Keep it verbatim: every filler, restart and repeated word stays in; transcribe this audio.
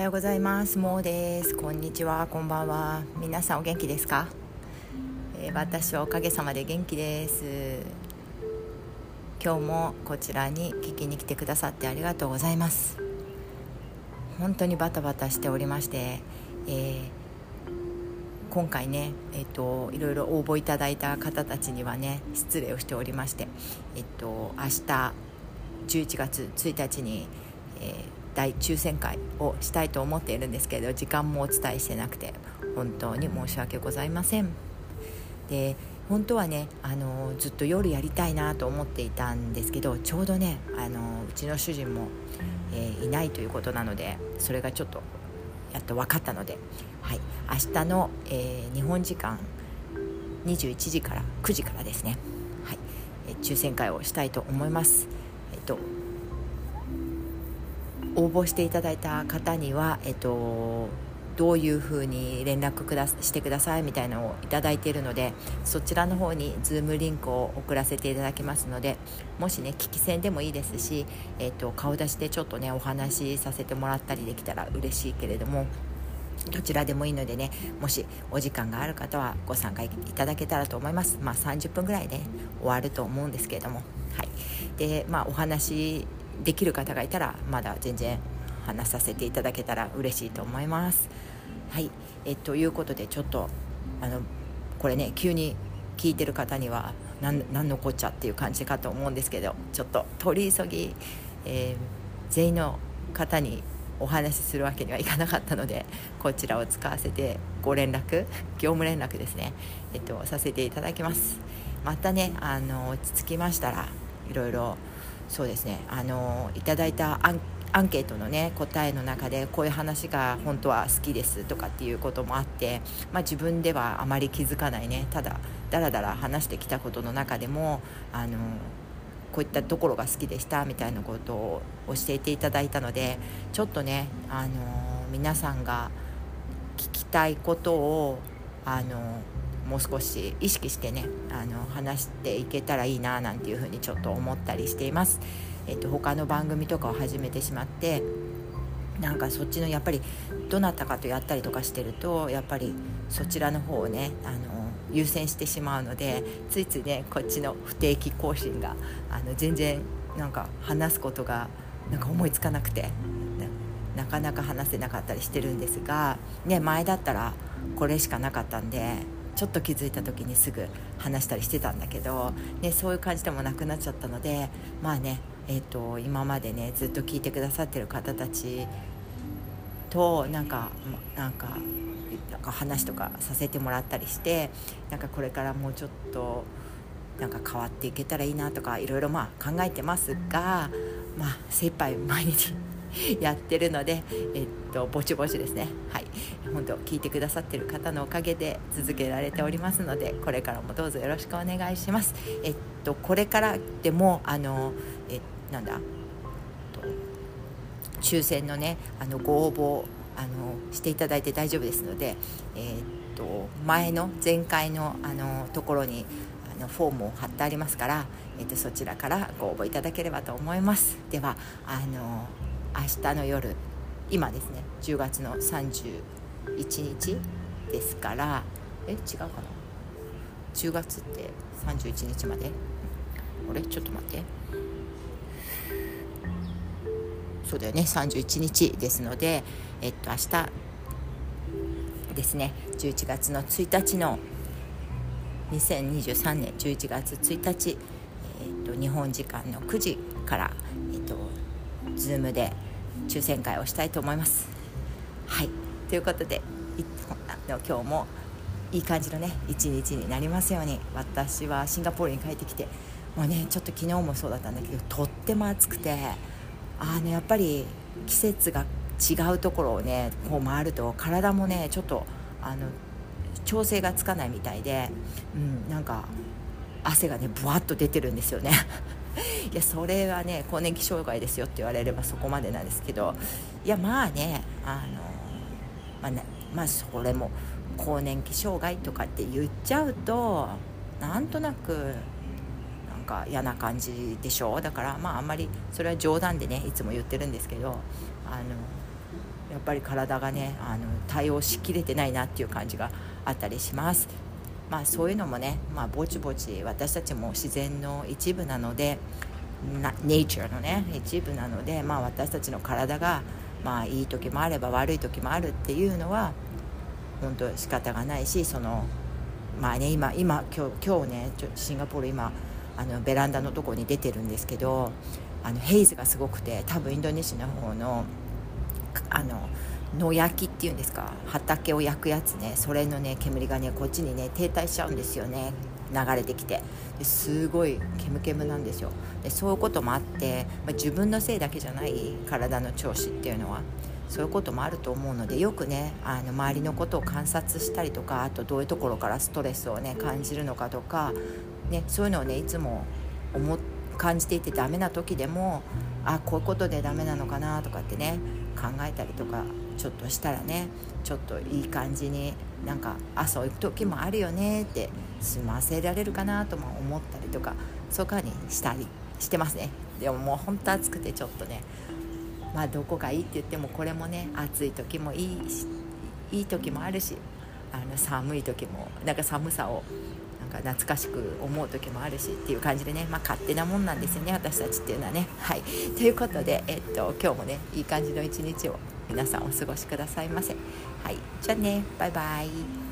ようございます。もうです。こんにちは、こんばんは。皆さんお元気ですか？えー、私はおかげさまで元気です。今日もこちらに聞きに来てくださってありがとうございます。本当にバタバタしておりまして、えー、今回ね、えっと、いろいろ応募いただいた方たちにはね失礼をしておりまして、えっと、明日じゅういちがつついたちに、えー、大抽選会をしたいと思っているんですけど、時間もお伝えしてなくて本当に申し訳ございません。で本当はねあのずっと夜やりたいなと思っていたんですけど、ちょうどねあのうちの主人も、えー、いないということなので、それがちょっとやっと分かったので、はい、明日の、えー、日本時間にじゅういちじからくじからですね、はい、えー、抽選会をしたいと思います。えっと応募していただいた方には、えっと、どういうふうに連絡くだしてくださいみたいなのをいただいているので、そちらの方に Zoom リンクを送らせていただきますので、もしね聞き戦でもいいですし、えっと、顔出しでちょっとねお話しさせてもらったりできたら嬉しいけれども、どちらでもいいのでね、もしお時間がある方はご参加いただけたらと思います。まあさんじゅっぷんぐらいで終わると思うんですけれども、はい。で、まあお話できる方がいたらまだ全然話させていただけたら嬉しいと思います。はい。えということでちょっとあのこれね急に聞いてる方には何何のこっちゃっていう感じかと思うんですけど、ちょっと取り急ぎ、えー、全員の方にお話しするわけにはいかなかったので、こちらを使わせてご連絡業務連絡ですね、えっと、させていただきます。またねあの落ち着きましたらいろいろそうですねあのいただいたアンアンケートのね答えの中でこういう話が本当は好きですとかっていうこともあって、まあ、自分ではあまり気づかないねただだらだら話してきたことの中でもあのこういったところが好きでしたみたいなことを教えていただいたので、ちょっとねあの皆さんが聞きたいことをあのもう少し意識してねあの話していけたらいいななんていうふうにちょっと思ったりしています。えっと、他の番組とかを始めてしまって、なんかそっちのやっぱりどなたかとやったりとかしてるとやっぱりそちらの方をねあの優先してしまうので、ついついねこっちの不定期更新があの全然なんか話すことがなんか思いつかなくて な, なかなか話せなかったりしてるんですが、ね、前だったらこれしかなかったんでちょっと気づいた時にすぐ話したりしてたんだけど、ね、そういう感じでもなくなっちゃったので、まあねえーと、今までねずっと聞いてくださってる方たちとなんかなんかなんか話とかさせてもらったりして、なんかこれからもうちょっとなんか変わっていけたらいいなとかいろいろまあ考えてますが、まあ精一杯毎日やってるので、えっとぼちぼちですね。はい、本当聞いてくださってる方のおかげで続けられておりますので、これからもどうぞよろしくお願いします。えっとこれからでもあのえなんだ抽選のねあのご応募あのしていただいて大丈夫ですので、えー、っと前の前回のあのところにあのフォームを貼ってありますから、えー、っとそちらからご応募いただければと思います。ではあの明日の夜今ですねじゅうがつのさんじゅういちにちですから、え違うかなじゅうがつってさんじゅういちにちまであれちょっと待ってそうだよねさんじゅういちにちですので、えっと明日ですねじゅういちがつのついたちのにせんにじゅうさんねんじゅういちがつついたち、えっと日本時間のくじから、えっと Zoom で抽選会をしたいと思います。はいということでいあの今日もいい感じのね一日になりますように。私はシンガポールに帰ってきてもうねちょっと昨日もそうだったんだけどとっても暑くて、あのやっぱり季節が違うところをねこう回ると体もねちょっとあの調整がつかないみたいで、うん、なんか汗がねブワッと出てるんですよねいやそれはね更年期障害ですよって言われればそこまでなんですけど、いやまあねあの、まあねまあ、それも更年期障害とかって言っちゃうとなんとなくなんか嫌な感じでしょ。だからまああんまりそれは冗談でねいつも言ってるんですけど、あのやっぱり体がねあの対応しきれてないなっていう感じがあったりします。まあそういうのもね、まあ、ぼちぼち私たちも自然の一部なので、なネイチャーのね一部なので、まあ、私たちの体が、まあ、いい時もあれば悪い時もあるっていうのは本当仕方がないし、そのまあね今今今日今日ねちょシンガポール今あのベランダのとこに出てるんですけど、あのヘイズがすごくて、多分インドネシアの方のあの野焼きっていうんですか、畑を焼くやつね、それのね煙がねこっちにね停滞しちゃうんですよね、流れてきて。ですごいケムケムなんですよ。でそういうこともあって、まあ、自分のせいだけじゃない、体の調子っていうのはそういうこともあると思うので、よくねあの周りのことを観察したりとか、あとどういうところからストレスをね感じるのかとか、ね、そういうのをねいつも思感じていて、ダメな時でもあこういうことでダメなのかなとかってね考えたりとかちょっとしたらね、ちょっといい感じになんかあそういう時もあるよねって済ませられるかなとも思ったりとか、そういう感じにしたりしてますね。でももう本当暑くてちょっとね、まあどこがいいって言ってもこれもね暑い時もいいしいい時もあるし、あの寒い時もなんか寒さをなんか懐かしく思う時もあるしっていう感じでね、まあ勝手なもんなんですよね私たちっていうのはね。はい、ということで、えっと、今日もねいい感じの一日を皆さんお過ごしくださいませ。はい、じゃあねバイバイ。